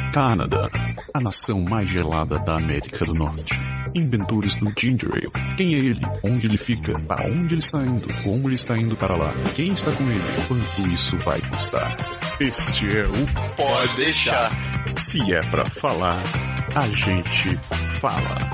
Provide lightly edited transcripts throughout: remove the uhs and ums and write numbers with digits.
Canadá, a nação mais gelada da América do Norte. Inventores do Ginger Ale. Quem é ele? Onde ele fica? Para onde ele está indo? Como ele está indo para lá? Quem está com ele? Quanto isso vai custar? Este é o Pode Deixar. Se é pra falar, a gente fala.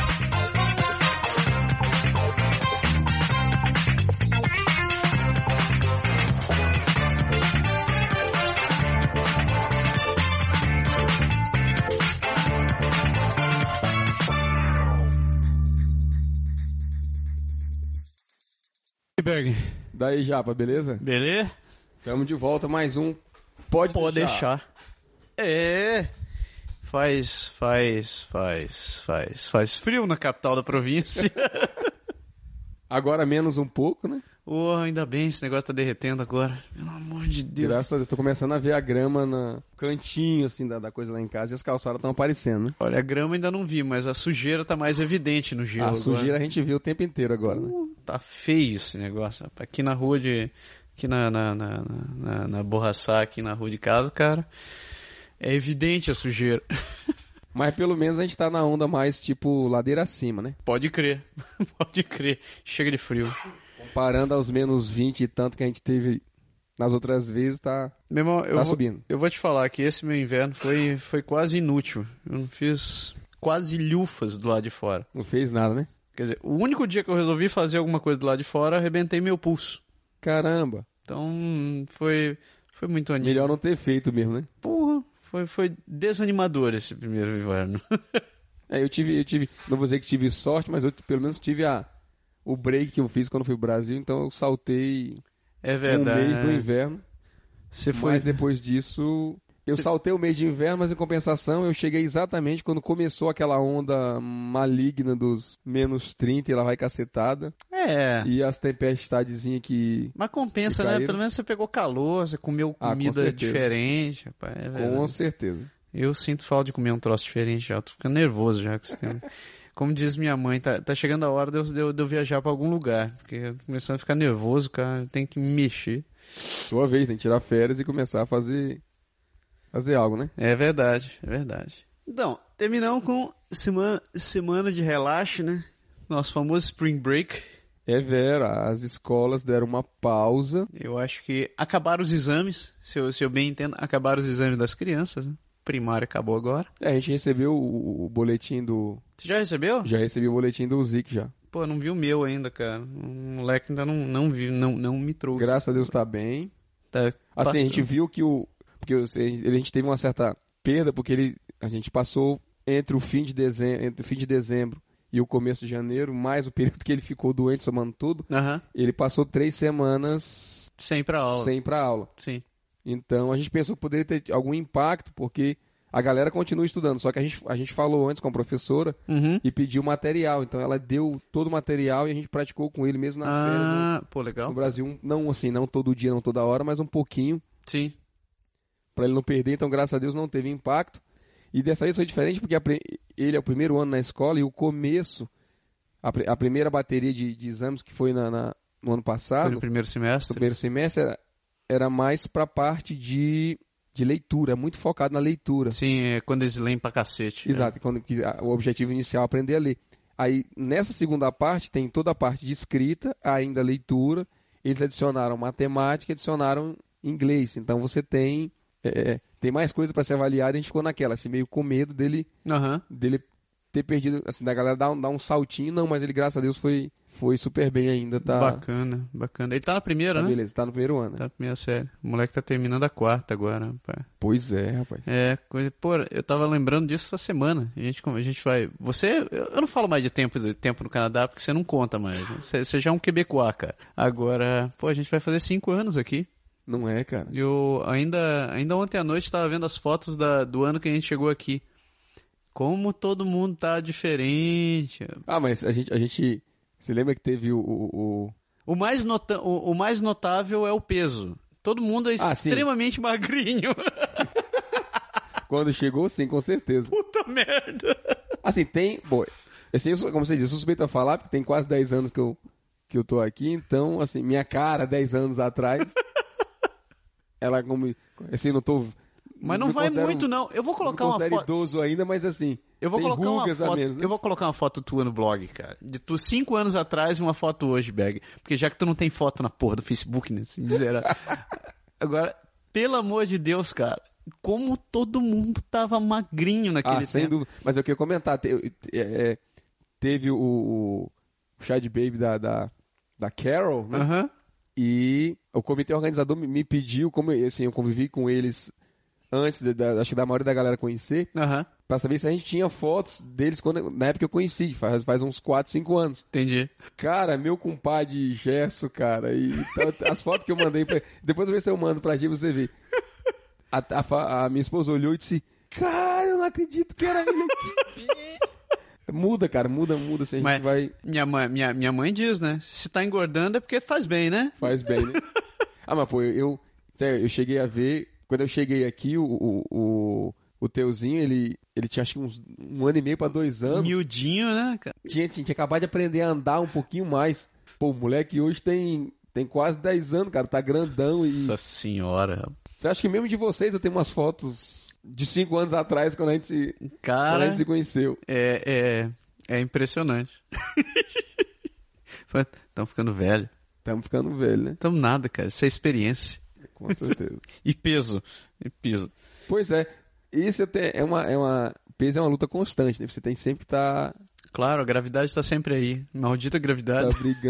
Daí, Japa, beleza? Beleza? Tamo de volta, mais um Pode Deixar. É. Faz frio na capital da província. Agora menos um pouco, né? Ainda bem, esse negócio tá derretendo agora. Pelo amor de Deus. Graças a Deus, tô começando a ver a grama no cantinho, assim, da coisa lá em casa e as calçadas estão aparecendo, né? Olha, a grama ainda não vi, mas a sujeira tá mais evidente no gelo. A agora. sujeira a gente viu o tempo inteiro agora, né? Tá feio esse negócio. Aqui na rua de... Aqui na Borraçá, aqui na rua de casa, cara, é evidente a sujeira. Mas pelo menos a gente tá na onda mais, tipo, ladeira acima, né? Pode crer. Pode crer. Chega de frio. Comparando aos menos 20 e tanto que a gente teve nas outras vezes, tá, meu irmão, subindo. Eu vou te falar que esse meu inverno foi quase inútil. Eu não fiz quase lufas do lado de fora. Não fez nada, né? Quer dizer, o único dia que eu resolvi fazer alguma coisa do lado de fora, arrebentei meu pulso. Caramba. Então, foi muito animado. Melhor não ter feito mesmo, né? Porra, foi desanimador esse primeiro inverno. Eu tive, não vou dizer que tive sorte, mas eu pelo menos tive o break que eu fiz quando fui pro Brasil, então eu saltei um mês do inverno. Mas depois disso, eu saltei o mês de inverno, mas em compensação eu cheguei exatamente quando começou aquela onda maligna dos menos 30 e lá vai cacetada. E as tempestadezinhas que... Mas compensa, né? Pelo menos você pegou calor, você comeu comida diferente. Rapaz, com certeza. Eu sinto falta de comer um troço diferente já. Eu tô ficando nervoso já. Que você tem... Como diz minha mãe, tá chegando a hora de eu viajar pra algum lugar. Porque eu tô começando a ficar nervoso, cara. Eu tenho que me mexer. Sua vez, tem que tirar férias e começar a fazer algo, né? É verdade. Então, terminamos com semana de relaxe, né? Nosso famoso Spring Break. É vera, as escolas deram uma pausa. Eu acho que acabaram os exames, se eu bem entendo, acabaram os exames das crianças, né? Primário acabou agora. A gente recebeu o boletim do... Você já recebeu? Já recebi o boletim do Zic já. Pô, não vi o meu ainda, cara. O moleque ainda não viu, não me trouxe. Graças a Deus tá bem. Tá. Assim, a gente viu que porque a gente teve uma certa perda, porque a gente passou entre o fim de dezembro e o começo de janeiro, mais o período que ele ficou doente, somando tudo, ele passou 3 semanas sem ir pra aula. Sim. Então a gente pensou que poderia ter algum impacto, porque a galera continua estudando, só que a gente falou antes com a professora e pediu material, então ela deu todo o material e a gente praticou com ele mesmo nas férias. Pô, legal. No Brasil, não todo dia, não toda hora, mas um pouquinho. Sim. Pra ele não perder, então graças a Deus não teve impacto. E dessa vez foi diferente porque ele é o primeiro ano na escola e o começo, a primeira bateria de exames que foi no ano passado... Foi no primeiro semestre? No primeiro semestre era mais pra parte de leitura, muito focado na leitura. Sim, é quando eles leem pra cacete. Exato, o objetivo inicial é aprender a ler. Aí, nessa segunda parte, tem toda a parte de escrita, ainda leitura, eles adicionaram matemática, adicionaram inglês. Então você tem mais coisa para ser avaliada, e a gente ficou naquela, assim, meio com medo dele ter perdido, assim, da galera dar um saltinho. Não, mas ele, graças a Deus, foi super bem ainda, tá? Bacana. Ele tá na primeira, né? Beleza, tá no primeiro ano. Tá na primeira série. O moleque tá terminando a 4ª agora, rapaz. Pois é, rapaz. Pô, eu tava lembrando disso essa semana. A gente vai... Eu não falo mais de tempo no Canadá, porque você não conta mais. Né? Você já é um quebecois, cara. Agora, pô, a gente vai fazer 5 anos aqui. Não é, cara? Eu ainda ontem à noite tava vendo as fotos do ano que a gente chegou aqui. Como todo mundo tá diferente. Mas a gente você lembra que teve o mais notável é o peso. Todo mundo é extremamente magrinho. Quando chegou, sim, com certeza. Puta merda. Assim, tem... Bom, assim, como você disse, eu suspeito a falar, porque tem quase 10 anos que eu tô aqui, então, assim, minha cara 10 anos atrás... Ela, como... Assim, não tô Mas não vai muito, não. Eu vou colocar uma foto... idoso ainda, mas assim... Eu vou colocar uma foto, menos, né? Eu vou colocar uma foto tua no blog, cara. De tu 5 anos atrás e uma foto hoje, Berg. Porque já que tu não tem foto na porra do Facebook, né? Miserável. Agora, pelo amor de Deus, cara. Como todo mundo tava magrinho naquele tempo. Sem dúvida. Mas eu queria comentar. Teve o Chá de Baby da Carol, né? Uhum. E o comitê organizador me pediu, como assim, eu convivi com eles antes, acho que da maioria da galera conhecer, pra saber se a gente tinha fotos deles na época que eu conheci, faz uns 4, 5 anos. Entendi. Cara, meu compadre Gerson, cara, e as fotos que eu mandei pra... Depois eu ver se eu mando pra ti pra você ver. A minha esposa olhou e disse, cara, eu não acredito que era ele aqui. Muda, cara, muda, assim, a gente vai... Minha mãe diz, né? Se tá engordando é porque faz bem, né? Faz bem, né? Mas pô, eu cheguei a ver, quando eu cheguei aqui, o Teuzinho, ele tinha acho que uns 1 ano e meio pra 2 anos. Miudinho, né, cara? Tinha acabado de aprender a andar um pouquinho mais. Pô, o moleque hoje tem quase 10 anos, cara, tá grandão e... Nossa senhora. Você acha que mesmo de vocês eu tenho umas fotos... de 5 anos atrás, quando a gente se conheceu. É impressionante. Estamos ficando velho. Estamos ficando velho, né? Estamos nada, cara. Isso é experiência. Com certeza. E peso. Pois é. Isso peso é uma luta constante, né? Você tem sempre que estar... Claro, a gravidade está sempre aí. Maldita gravidade.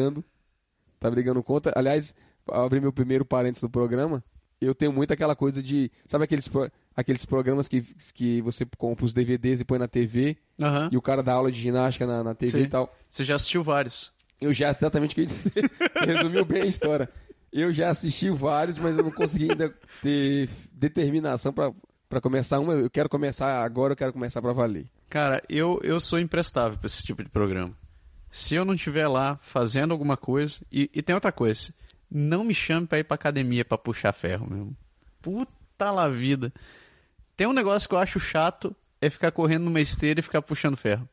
Tá brigando contra. Aliás, ao abrir meu primeiro parênteses do programa, eu tenho muito aquela coisa de... Sabe aqueles programas que você compra os DVDs e põe na TV, e o cara dá aula de ginástica na TV. Sim. E tal. Você já assistiu vários? Eu já, exatamente o que eu ia dizer. Você resumiu bem a história. Eu já assisti vários, mas eu não consegui ainda ter determinação pra começar uma. Eu quero começar agora, eu quero começar pra valer. Cara, eu sou imprestável pra esse tipo de programa. Se eu não estiver lá fazendo alguma coisa... E tem outra coisa. Não me chame pra ir pra academia pra puxar ferro mesmo. Puta la vida. Tem um negócio que eu acho chato, é ficar correndo numa esteira e ficar puxando ferro.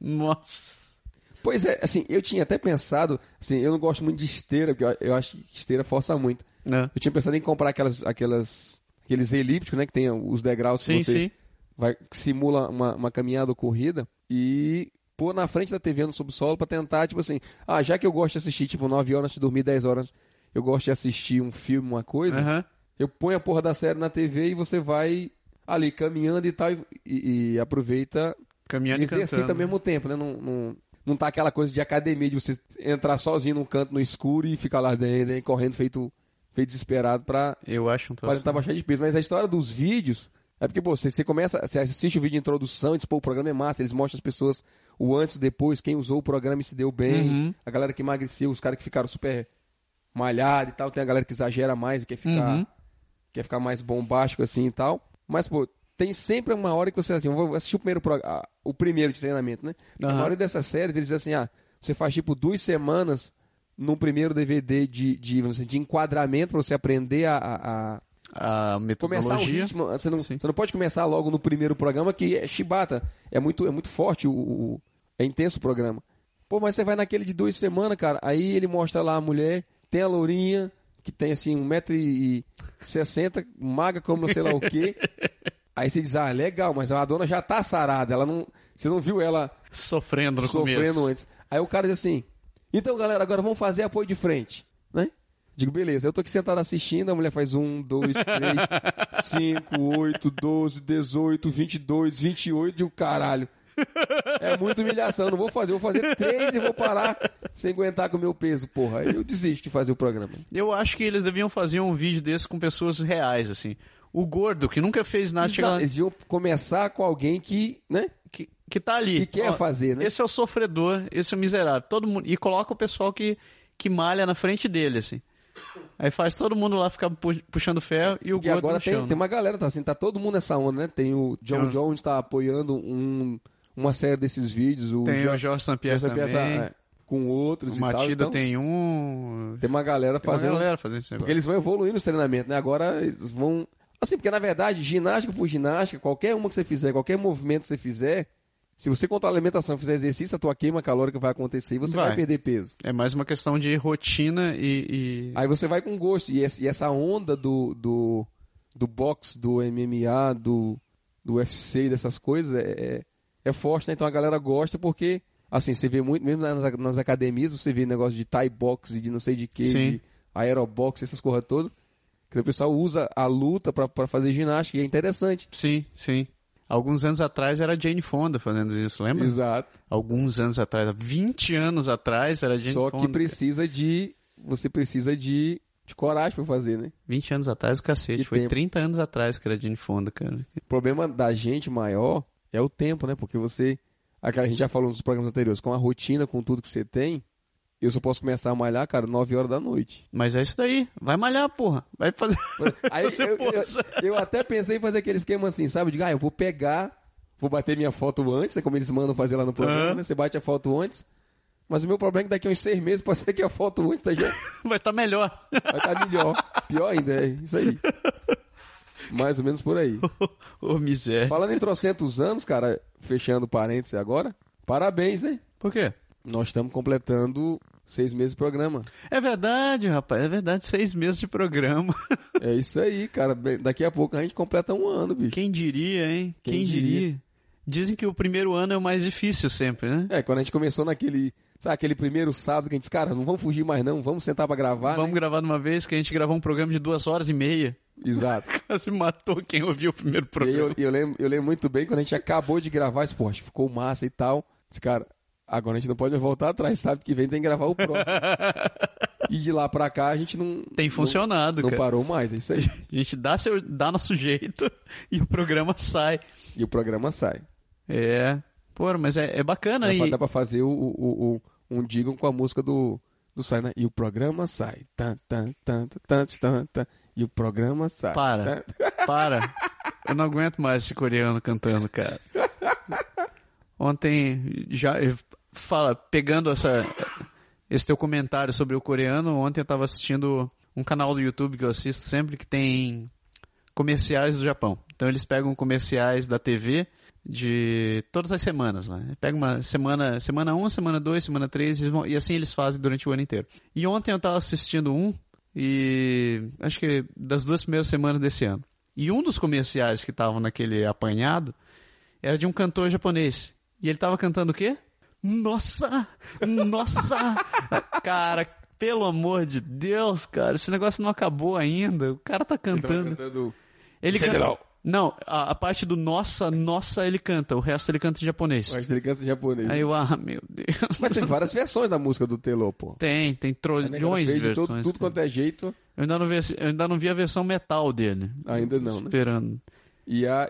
Nossa. Pois é, assim, eu tinha até pensado, assim, eu não gosto muito de esteira, porque eu acho que esteira força muito. Eu tinha pensado em comprar aqueles elípticos, né, que tem os degraus que você que simula uma caminhada ou corrida, e pôr na frente da TV no subsolo pra tentar, tipo assim, já que eu gosto de assistir, tipo, 9 horas de dormir, 10 horas, eu gosto de assistir um filme, uma coisa, eu ponho a porra da série na TV e você vai ali caminhando e tal, e aproveita caminhando e exercita ao mesmo tempo, né? Não tá aquela coisa de academia, de você entrar sozinho num canto no escuro e ficar lá dentro, correndo feito desesperado pra tentar baixar de peso. Mas a história dos vídeos é porque, pô, você assiste o vídeo de introdução e diz, pô, o programa é massa, eles mostram as pessoas o antes e depois, quem usou o programa e se deu bem, a galera que emagreceu, os caras que ficaram super malhados e tal, tem a galera que exagera mais e quer ficar mais bombástico assim e tal. Mas, pô, tem sempre uma hora que você, assim, eu vou assistir o primeiro de treinamento, né? Na hora dessas séries, eles dizem assim, você faz tipo 2 semanas num primeiro DVD de enquadramento pra você aprender a metodologia. Começar o ritmo. Você não pode começar logo no primeiro programa, que é chibata. É muito forte, é intenso o programa. Pô, mas você vai naquele de 2 semanas, cara, aí ele mostra lá a mulher, tem a lourinha, que tem assim 1,60 m, magra como sei lá o quê. Aí você diz, legal, mas a dona já tá sarada, você não viu ela sofrendo no começo. Antes. Aí o cara diz assim, então galera, agora vamos fazer apoio de frente, né? Digo, beleza, eu tô aqui sentado assistindo, a mulher faz 1, 2, 3, 5, 8, 12, 18, 22, 28, digo, caralho. É muita humilhação, não vou fazer, vou fazer 3 e vou parar sem aguentar com o meu peso, porra. Aí eu desisto de fazer o programa. Eu acho que eles deviam fazer um vídeo desse com pessoas reais, assim. O gordo, que nunca fez nada... Eles deviam começar com alguém que, né? Que tá ali. Que quer fazer, né? Esse é o sofredor, esse é o miserável. Todo mundo... E coloca o pessoal que malha na frente dele, assim. Aí faz todo mundo lá ficar puxando ferro e o gordo agora no chão. Tem uma galera, tá todo mundo nessa onda, né? Tem o John Jones tá apoiando uma série desses vídeos. Tem o Jorge St-Pierre também. Com outros e tal. O Matida tem um... Tem uma galera fazendo... esse negócio. Porque eles vão evoluindo os treinamentos, né? Agora eles vão... Assim, porque na verdade, ginástica por ginástica, qualquer uma que você fizer, qualquer movimento que você fizer, se você controlar a alimentação, fizer exercício, a tua queima calórica vai acontecer e você vai perder peso. É mais uma questão de rotina e... Aí você vai com gosto. E essa onda do do boxe, do MMA, do UFC, dessas coisas, é forte, né? Então a galera gosta porque, assim, você vê muito, mesmo nas academias, você vê negócio de Thai box e de não sei de que, de aerobox, essas coisas todas. Que o pessoal usa a luta pra fazer ginástica e é interessante. Sim, sim. Alguns anos atrás era a Jane Fonda fazendo isso, lembra? Exato. Alguns anos atrás, 20 anos atrás era a Jane Fonda. Só que você precisa de coragem pra fazer, né? 20 anos atrás o cacete, foi tempo. 30 anos atrás que era a Jane Fonda, cara. O problema da gente maior é o tempo, né? Porque a gente já falou nos programas anteriores, com a rotina, com tudo que você tem, eu só posso começar a malhar, cara, 9 horas da noite. Mas é isso daí. Vai malhar, porra. Vai fazer. Aí eu até pensei em fazer aquele esquema assim, sabe? De, eu vou bater minha foto antes, é como eles mandam fazer lá no programa, né? Você bate a foto antes. Mas o meu problema é que daqui a uns 6 meses pode ser que a foto antes vai estar melhor. Vai estar melhor. Pior ainda, é isso aí. Mais ou menos por aí. Ô, miséria. Falando em trocentos anos, cara, fechando parênteses agora, parabéns, né? Por quê? Nós estamos completando 6 meses de programa. É verdade, rapaz. É verdade, 6 meses de programa. É isso aí, cara. Daqui a pouco a gente completa 1 ano, bicho. Quem diria, hein? Quem diria? Dizem que o primeiro ano é o mais difícil sempre, né? Quando a gente começou aquele primeiro sábado que a gente disse, cara, não vamos fugir mais não, vamos sentar pra gravar, Vamos gravar de uma vez, que a gente gravou um programa de 2h30. Exato. Quase matou quem ouviu o primeiro programa. Eu lembro muito bem, quando a gente acabou de gravar, esse poxa, ficou massa e tal. Disse, cara, agora a gente não pode voltar atrás, sabe? Que vem tem que gravar o próximo. E de lá pra cá a gente não... Tem funcionado, não cara. Não parou mais, é isso aí. A gente dá nosso jeito e o programa sai. Pô, mas é bacana aí. Dá pra fazer um jingle com a música do Sai, né? E o programa sai. E o programa sai. Para. Eu não aguento mais esse coreano cantando, cara. Ontem, pegando esse teu comentário sobre o coreano, ontem eu tava assistindo um canal do YouTube que eu assisto sempre que tem comerciais do Japão. Então eles pegam comerciais da TV de todas as semanas lá. Pega uma semana 1, semana 2, semana 3 e assim eles fazem durante o ano inteiro. E ontem eu tava assistindo e acho que das 2 primeiras semanas desse ano. E um dos comerciais que estavam naquele apanhado era de um cantor japonês. E ele tava cantando o quê? Nossa! Cara, pelo amor de Deus, cara, esse negócio não acabou ainda. O cara tá cantando. Ele canta. Não, a parte do nossa, ele canta. O resto ele canta em japonês. O resto ele canta em japonês. Aí meu Deus. Mas tem várias versões da música do Telô, pô. Tem trilhões de versões. Tudo quanto é jeito. Eu ainda não vi a versão metal dele. Ainda não, esperando. Né?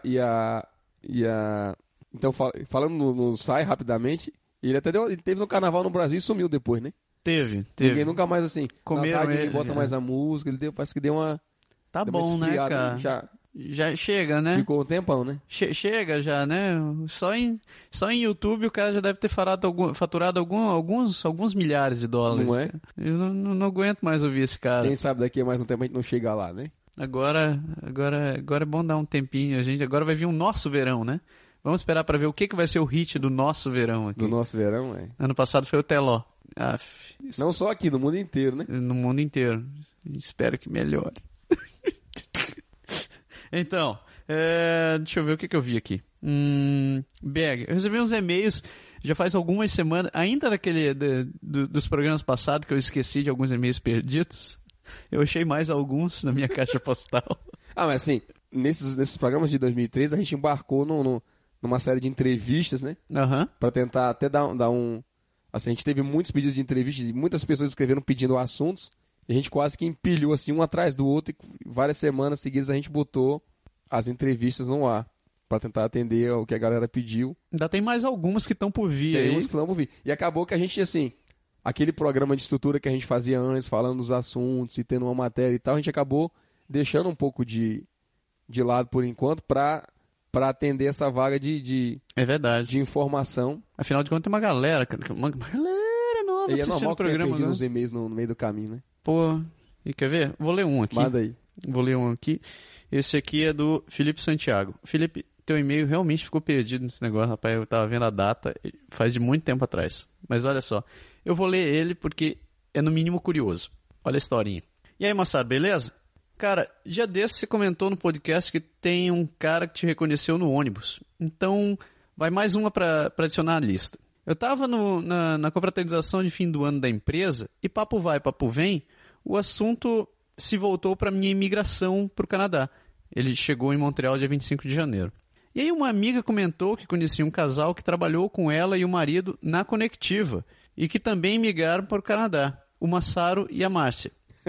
Então, falando no Sai rapidamente, ele teve no carnaval no Brasil e sumiu depois, né? Teve. Ninguém nunca mais assim. Comeram ele. Bota mais a música, parece que deu uma. Tá bom, né, cara? Já chega, né? Ficou um tempão, né? Chega já, né? Só em YouTube o cara já deve ter faturado alguns milhares de dólares. Não é? Cara. Eu não aguento mais ouvir esse cara. Quem sabe daqui a mais um tempo a gente não chega lá, né? Agora é bom dar um tempinho. Agora vai vir um nosso verão, né? Vamos esperar pra ver o que vai ser o hit do nosso verão aqui. Do nosso verão, é. Ano passado foi o Teló. Não só aqui, no mundo inteiro, né? No mundo inteiro. Espero que melhore. Então, deixa eu ver o que eu vi aqui. Berg, eu recebi uns e-mails já faz algumas semanas, ainda dos programas passados que eu esqueci de alguns e-mails perdidos. Eu achei mais alguns na minha caixa postal. Mas assim, nesses programas de 2013 a gente embarcou numa série de entrevistas, né? Uhum. Pra tentar até dar um... Assim, a gente teve muitos pedidos de entrevista, muitas pessoas escrevendo pedindo assuntos. E a gente quase que empilhou assim um atrás do outro e várias semanas seguidas a gente botou as entrevistas no ar para tentar atender o que a galera pediu. Ainda tem mais algumas que estão por vir. Tem algumas que estão por vir. E acabou que a gente, assim, aquele programa de estrutura que a gente fazia antes, falando dos assuntos e tendo uma matéria e tal, a gente acabou deixando um pouco de lado por enquanto para atender essa vaga de é verdade, de informação. Afinal de contas tem uma galera nova assistindo o programa. Uns e-mails no meio do caminho, né? Pô, e quer ver? Vou ler um aqui. Manda aí. Vou ler um aqui. Esse aqui é do Felipe Santiago. Felipe, teu e-mail realmente ficou perdido nesse negócio, rapaz. Eu tava vendo a data faz de muito tempo atrás. Mas olha só, eu vou ler ele porque é no mínimo curioso. Olha a historinha. E aí, moçada, beleza? Cara, dia desse você comentou no podcast que tem um cara que te reconheceu no ônibus. Então, vai mais uma para adicionar à lista. Eu tava na confraternização de fim do ano da empresa e papo vai, papo vem, o assunto se voltou para minha imigração para o Canadá. Ele chegou em Montreal dia 25 de janeiro. E aí uma amiga comentou que conhecia um casal que trabalhou com ela e o marido na Conectiva e que também migraram para o Canadá, o Massaro e a Márcia.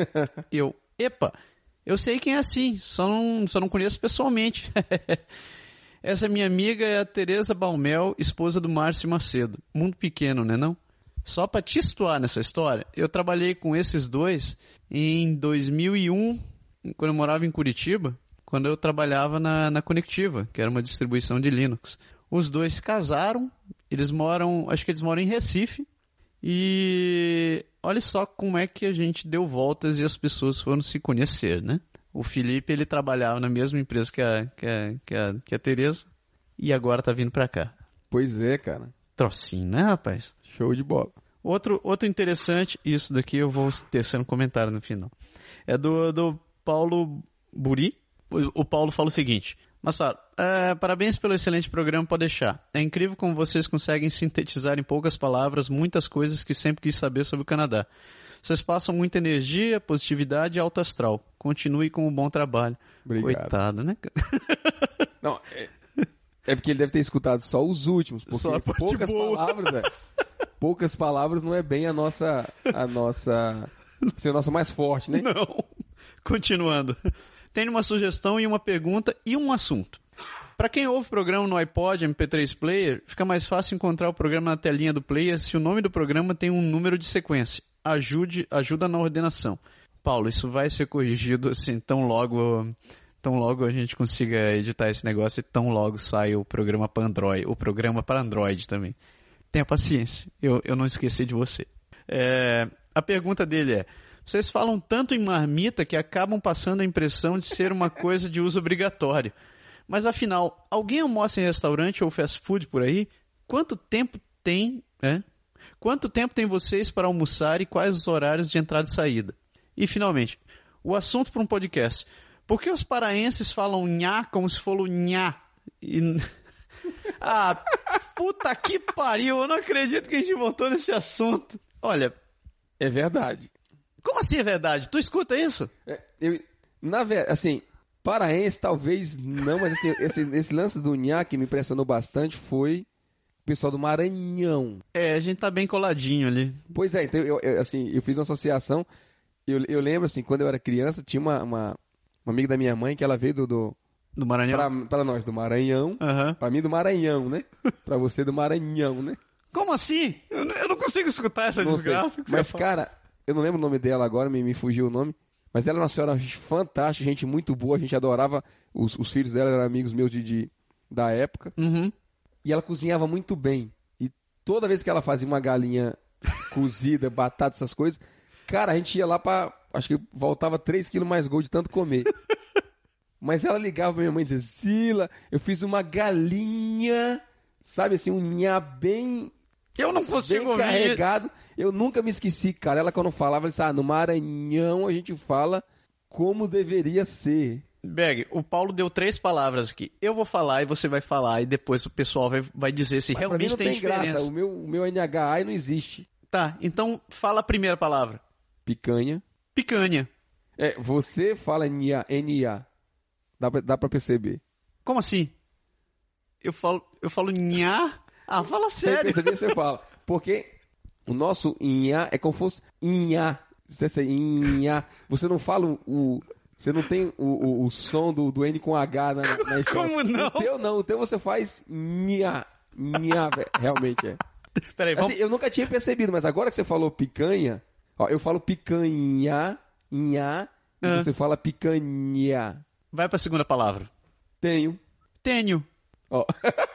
Eu sei quem é assim, só não conheço pessoalmente. Essa minha amiga é a Tereza Balmel, esposa do Márcio Macedo. Mundo pequeno, né não? Só para te situar nessa história, eu trabalhei com esses dois em 2001, quando eu morava em Curitiba, quando eu trabalhava na Conectiva, que era uma distribuição de Linux. Os dois se casaram, acho que eles moram em Recife, e olha só como é que a gente deu voltas e as pessoas foram se conhecer, né? O Felipe, ele trabalhava na mesma empresa que a Tereza, e agora tá vindo pra cá. Pois é, cara. Trocinho, né, rapaz? Show de bola. Outro interessante, isso daqui eu vou tecer um comentário no final. É do Paulo Buri. O Paulo fala o seguinte: Massaro, parabéns pelo excelente programa, pode deixar. É incrível como vocês conseguem sintetizar em poucas palavras muitas coisas que sempre quis saber sobre o Canadá. Vocês passam muita energia, positividade e alto astral. Continue com um bom trabalho. Obrigado. Coitado, né? Não, é porque ele deve ter escutado só os últimos. Porque só poucas palavras, velho. Poucas palavras não é bem a nossa ser o nosso mais forte, né? Não. Continuando. Tenho uma sugestão e uma pergunta e um assunto. Para quem ouve o programa no iPod, MP3 Player, fica mais fácil encontrar o programa na telinha do player se o nome do programa tem um número de sequência. Ajuda na ordenação. Paulo, isso vai ser corrigido assim tão logo a gente consiga editar esse negócio e tão logo sai o programa para Android, o programa para Android também. Tenha paciência, eu não esqueci de você. A pergunta dele é: vocês falam tanto em marmita que acabam passando a impressão de ser uma coisa de uso obrigatório. Mas afinal, alguém almoça em restaurante ou fast food por aí? Quanto tempo tem vocês para almoçar e quais os horários de entrada e saída? E finalmente, o assunto para um podcast. Por que os paraenses falam nhá como se fosse nhá? Ah, puta que pariu, eu não acredito que a gente voltou nesse assunto. Olha, é verdade. Como assim é verdade? Tu escuta isso? Assim, paraense talvez não, mas assim, esse lance do nhá que me impressionou bastante foi o pessoal do Maranhão. A gente tá bem coladinho ali. Pois é, então eu fiz uma associação. Eu lembro, assim, quando eu era criança, tinha uma amiga da minha mãe que ela veio do Maranhão? Pra nós, do Maranhão. Uhum. Pra mim, do Maranhão, né? Pra você, do Maranhão, né? Como assim? Eu não consigo escutar essa desgraça. Mas, cara, eu não lembro o nome dela agora, me fugiu o nome. Mas ela era uma senhora fantástica, gente muito boa. A gente adorava. Os filhos dela eram amigos meus da época. Uhum. E ela cozinhava muito bem. E toda vez que ela fazia uma galinha cozida, batata, essas coisas, cara, a gente ia lá acho que voltava 3 quilos mais gol de tanto comer. Mas ela ligava pra minha mãe e dizia: Zila, eu fiz uma galinha, sabe assim, um nhá bem... Eu não consigo ouvir. Carregado. Eu nunca me esqueci, cara. Ela quando falava, ela disse: no Maranhão a gente fala como deveria ser. Beg, o Paulo deu 3 palavras aqui. Eu vou falar e você vai falar e depois o pessoal vai dizer se realmente tem diferença. Graça. O meu NHA não existe. Tá, então fala a primeira palavra. Picanha. Picanha. Você fala NA. Dá pra perceber. Como assim? Eu falo nhá? Ah, fala sério. Você perceber, você fala. Porque o nosso nhá é como se fosse nhá. Você não fala você não tem o som do N com H na escola. Como não? O teu não. O teu você faz nhá. Nhá, realmente é. Peraí, vamos... assim, eu nunca tinha percebido, mas agora que você falou picanha, ó, eu falo picanha, nhá, e você fala picanha. Vai pra segunda palavra. Tenho. Ó.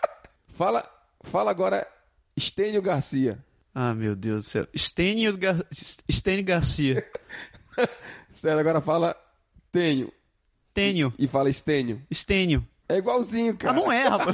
Fala agora Estênio Garcia. Ah, meu Deus do céu. Estênio Garcia. Sério, agora fala tenho. E fala Estênio. É igualzinho, cara. Ah, não é, rapaz.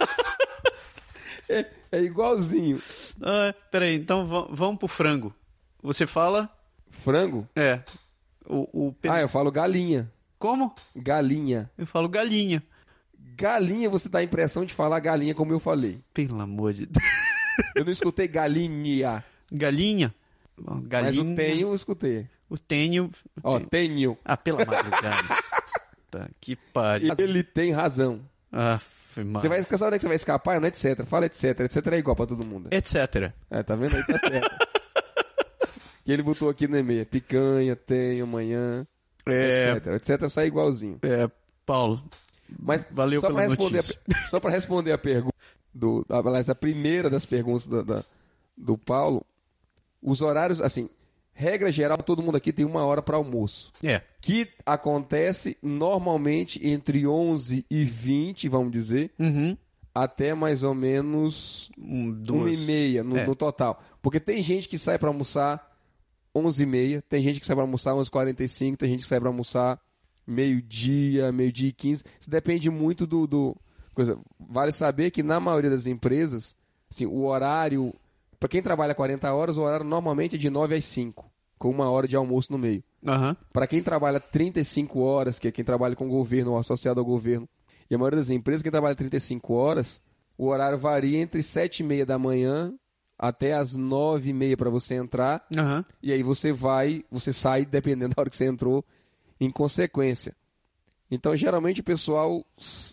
É igualzinho. Peraí, então vamos pro frango. Você fala... Frango? É. Eu falo galinha. Como? Galinha. Eu falo galinha. Galinha, você dá a impressão de falar galinha como eu falei. Pelo amor de Deus. Eu não escutei galinha. Galinha? Galinha. Mas o tenho eu escutei. O tenho... Ó, tenho. Ah, pela madrugada. Tá, que pariu. Ele tem razão. Você vai ficar sabendo que você vai escapar, não é etc. Fala etc. Etc é igual pra todo mundo. Etc. Tá vendo aí? Tá certo. Que ele botou aqui no e-mail. Picanha, tenho, amanhã, etc. Etc sai igualzinho. Paulo... Mas valeu só pela notícia. Só para responder a pergunta, a primeira das perguntas do Paulo, os horários, assim, regra geral, todo mundo aqui tem 1 hora para almoço. Que acontece normalmente entre 11h20, vamos dizer, até mais ou menos 1h30 no total. Porque tem gente que sai para almoçar 11h30, tem gente que sai para almoçar 11h45, tem gente que sai para almoçar meio-dia e 15. Isso depende muito do coisa. Vale saber que na maioria das empresas, assim, o horário, para quem trabalha 40 horas, o horário normalmente é de 9 às 5, com 1 hora de almoço no meio. Para quem trabalha 35 horas, que é quem trabalha com o governo ou associado ao governo, e a maioria das empresas, quem trabalha 35 horas, o horário varia entre 7h30 da manhã até as 9h30 para você entrar. E aí você sai, dependendo da hora que você entrou, em consequência. Então, geralmente o pessoal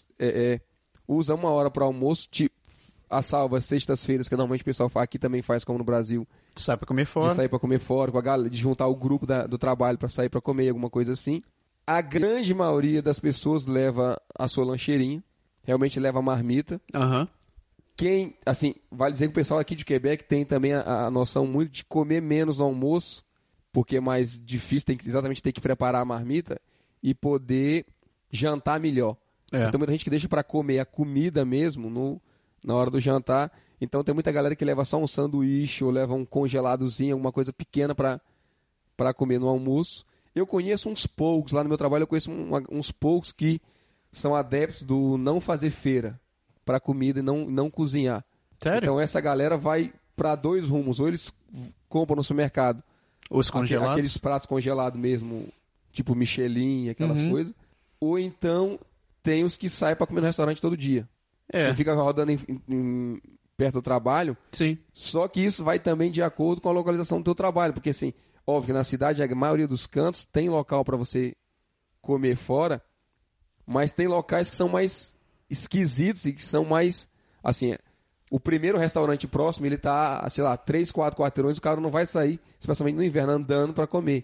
usa 1 hora para almoço, a salva sextas-feiras, que normalmente o pessoal aqui também faz, como no Brasil. Sai para comer fora. De sair para comer fora, com a galera, de juntar o grupo do trabalho para sair para comer, alguma coisa assim. A grande maioria das pessoas leva a sua lancheirinha, realmente leva a marmita. Quem, assim, vale dizer que o pessoal aqui de Quebec tem também a noção muito de comer menos no almoço, porque é mais difícil, exatamente ter que preparar a marmita e poder jantar melhor. Então, muita gente que deixa para comer a comida mesmo na hora do jantar. Então, tem muita galera que leva só um sanduíche ou leva um congeladozinho, alguma coisa pequena para comer no almoço. Eu conheço uns poucos, lá no meu trabalho eu conheço uns poucos que são adeptos do não fazer feira para comida e não cozinhar. Sério? Então, essa galera vai para 2 rumos. Ou eles compram no supermercado os congelados? Aqueles pratos congelados mesmo, tipo Michelin, aquelas coisas. Ou então tem os que saem para comer no restaurante todo dia. Você fica rodando perto do trabalho. Sim. Só que isso vai também de acordo com a localização do teu trabalho. Porque, assim, óbvio que na cidade, a maioria dos cantos tem local para você comer fora, mas tem locais que são mais esquisitos e que são mais, assim... O primeiro restaurante próximo, ele tá, sei lá, 3, 4 quarteirões, o cara não vai sair, especialmente no inverno, andando para comer.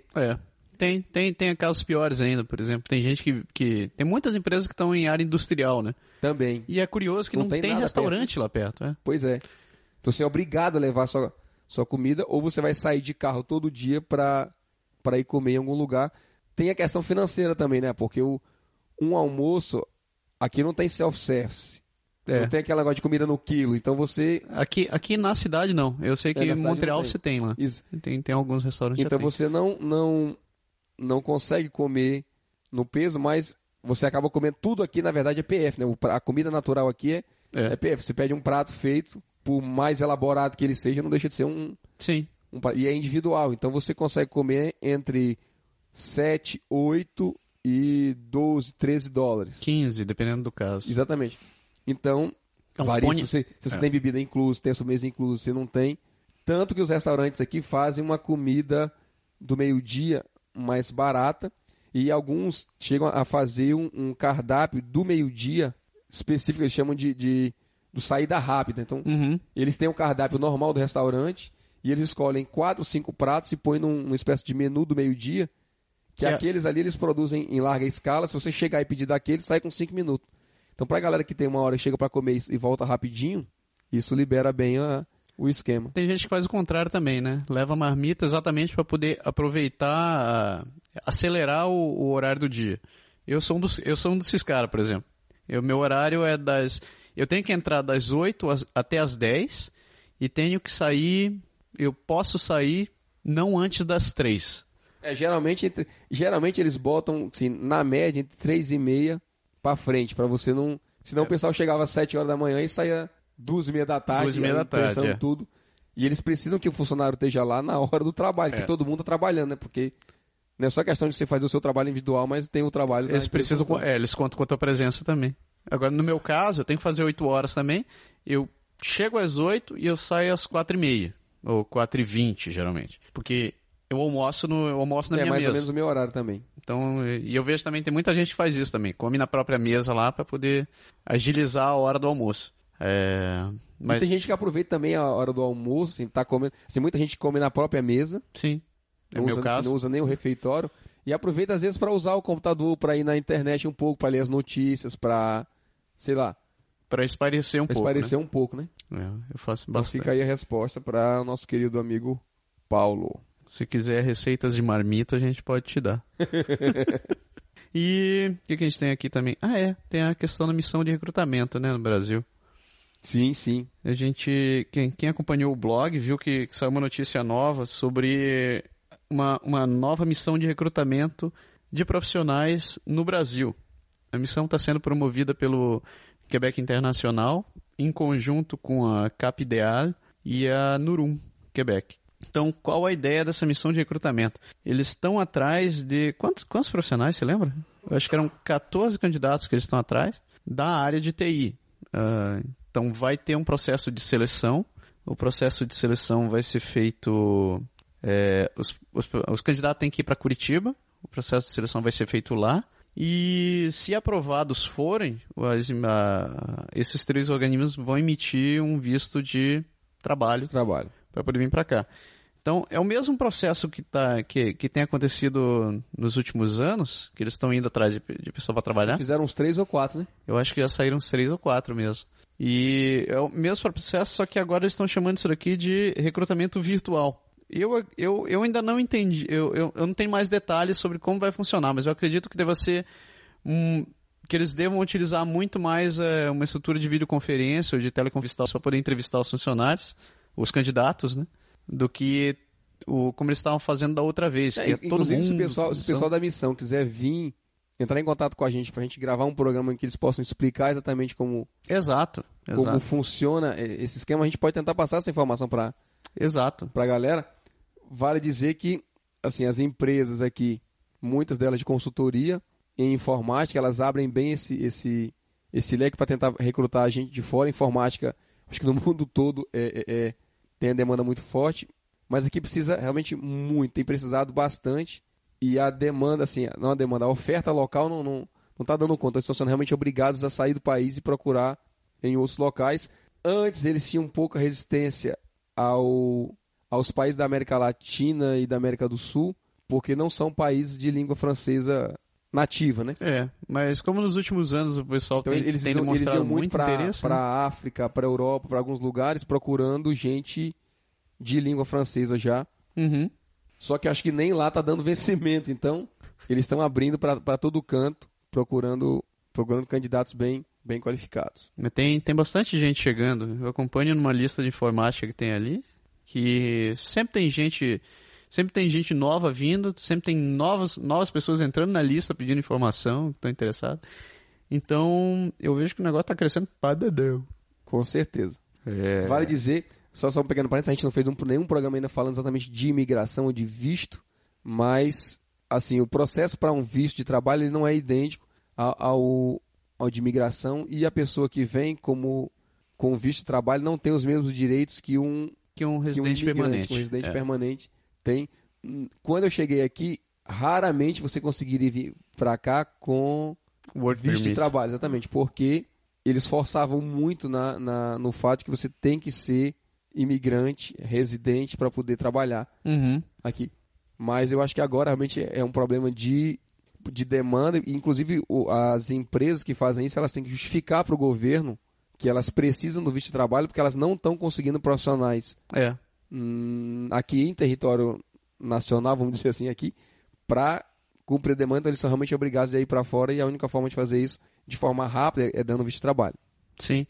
Tem casos piores ainda, por exemplo. Tem gente que... Tem muitas empresas que estão em área industrial, né? Também. E é curioso que não tem restaurante perto lá perto. Pois é. Então você é obrigado a levar sua comida, ou você vai sair de carro todo dia para ir comer em algum lugar. Tem a questão financeira também, né? Porque um almoço, aqui não tem self-service. Não tem aquele negócio de comida no quilo, então você... Aqui na cidade não. Eu sei que em Montreal você tem lá. Isso. Tem alguns restaurantes. Então você não consegue comer no peso, mas você acaba comendo tudo aqui, na verdade, é PF, né? A comida natural aqui é PF. Você pede um prato feito, por mais elaborado que ele seja, não deixa de ser um... Sim. E é individual, então você consegue comer entre 7, 8 e 12, 13 dólares. 15, dependendo do caso. Exatamente. Então varia se você tem bebida inclusa, tem a sobremesa inclusa, se não tem. Tanto que os restaurantes aqui fazem uma comida do meio-dia mais barata e alguns chegam a fazer um cardápio do meio-dia específico, eles chamam do saída rápida. Então, eles têm um cardápio normal do restaurante e eles escolhem 4, 5 pratos e põem numa espécie de menu do meio-dia, que aqueles ali eles produzem em larga escala. Se você chegar e pedir daquele, sai com 5 minutos. Então, pra galera que tem 1 hora e chega para comer e volta rapidinho, isso libera bem o esquema. Tem gente que faz o contrário também, né? Leva a marmita exatamente para poder aproveitar, acelerar o horário do dia. Eu sou um desses caras, por exemplo. Meu horário é eu tenho que entrar das 8 até as 10 e tenho que sair... Eu posso sair não antes das 3. Geralmente eles botam, assim, na média, entre 3h30 para frente, para você não... Senão o pessoal chegava às 7 horas da manhã e saía 2h30 da tarde. 2h30 da tarde, tudo. E eles precisam que o funcionário esteja lá na hora do trabalho, porque todo mundo está trabalhando, né? Porque Não é só questão de você fazer o seu trabalho individual, mas tem o trabalho... Eles contam com a tua presença também. Agora, no meu caso, eu tenho que fazer 8 horas também. Eu chego às 8 e eu saio às 4h30. Ou 4h20, geralmente. Porque eu almoço na minha mesa. É mais ou menos o meu horário também. Então, e eu vejo também, tem muita gente que faz isso também. Come na própria mesa lá para poder agilizar a hora do almoço. Mas tem gente que aproveita também a hora do almoço, assim, tá comendo. Assim, muita gente come na própria mesa. Sim. No meu caso. Não usa nem o refeitório. E aproveita, às vezes, para usar o computador, para ir na internet um pouco, para ler as notícias, para, sei lá. Para espairecer um pouco. Espairecer um pouco, né? Eu faço bastante. Então fica aí a resposta para o nosso querido amigo Paulo. Se quiser receitas de marmita, a gente pode te dar. E o que a gente tem aqui também? Tem a questão da missão de recrutamento, né, no Brasil. Sim, sim. A gente, quem acompanhou o blog, viu que saiu uma notícia nova sobre uma nova missão de recrutamento de profissionais no Brasil. A missão está sendo promovida pelo Quebec Internacional, em conjunto com a CAPIDEAL e a Nurum, Quebec. Então, qual a ideia dessa missão de recrutamento? Eles estão atrás de... Quantos profissionais, você lembra? Eu acho que eram 14 candidatos que eles estão atrás da área de TI. Então, vai ter um processo de seleção. O processo de seleção vai ser feito... Os candidatos têm que ir para Curitiba. O processo de seleção vai ser feito lá. E se aprovados forem, esses 3 organismos vão emitir um visto de trabalho. Para poder vir para cá. Então, é o mesmo processo que tem acontecido nos últimos anos, que eles estão indo atrás de pessoa para trabalhar. Fizeram uns 3 ou 4, né? Eu acho que já saíram uns 3 ou 4 mesmo. E é o mesmo processo, só que agora eles estão chamando isso daqui de recrutamento virtual. Eu ainda não entendi, eu não tenho mais detalhes sobre como vai funcionar, mas eu acredito que deva ser que eles devam utilizar muito mais uma estrutura de videoconferência ou de teleconferência para poder entrevistar os funcionários, os candidatos, né? Do que como eles estavam fazendo da outra vez. Que inclusive, se o pessoal da missão quiser vir, entrar em contato com a gente, pra gente gravar um programa em que eles possam explicar exatamente como funciona esse esquema, a gente pode tentar passar essa informação pra galera. Vale dizer que, assim, as empresas aqui, muitas delas de consultoria em informática, elas abrem bem esse leque para tentar recrutar a gente de fora. Informática, acho que no mundo todo tem a demanda muito forte, mas aqui precisa realmente muito, tem precisado bastante, e a demanda, assim, não a demanda, a oferta local não está dando conta, eles estão sendo realmente obrigados a sair do país e procurar em outros locais. Antes eles tinham pouca resistência aos países da América Latina e da América do Sul, porque não são países de língua francesa nativa, né? Mas como nos últimos anos o pessoal tem demonstrado muito interesse para a África, para a Europa, para alguns lugares, procurando gente de língua francesa já. Uhum. Só que acho que nem lá tá dando vencimento, então eles estão abrindo para todo canto, procurando candidatos bem qualificados. Tem bastante gente chegando. Eu acompanho numa lista de informática que tem ali, que sempre tem gente nova vindo, sempre tem novas pessoas entrando na lista pedindo informação, que estão interessadas. Então, eu vejo que o negócio está crescendo para dedéu. Com certeza. Vale dizer, só um pequeno parênteses, a gente não fez nenhum programa ainda falando exatamente de imigração ou de visto, mas, assim, o processo para um visto de trabalho ele não é idêntico ao de imigração, e a pessoa que vem com visto de trabalho não tem os mesmos direitos que um residente permanente. Um residente permanente tem. Quando eu cheguei aqui, raramente você conseguiria vir para cá com visto de trabalho, exatamente, porque eles forçavam muito no fato de que você tem que ser imigrante, residente, para poder trabalhar aqui. Mas eu acho que agora realmente é um problema de demanda, e inclusive as empresas que fazem isso, elas têm que justificar para o governo que elas precisam do visto de trabalho porque elas não estão conseguindo profissionais aqui em território nacional, vamos dizer assim, aqui, para cumprir a demanda. Então eles são realmente obrigados a ir para fora, e a única forma de fazer isso de forma rápida é dando visto de trabalho. Sim.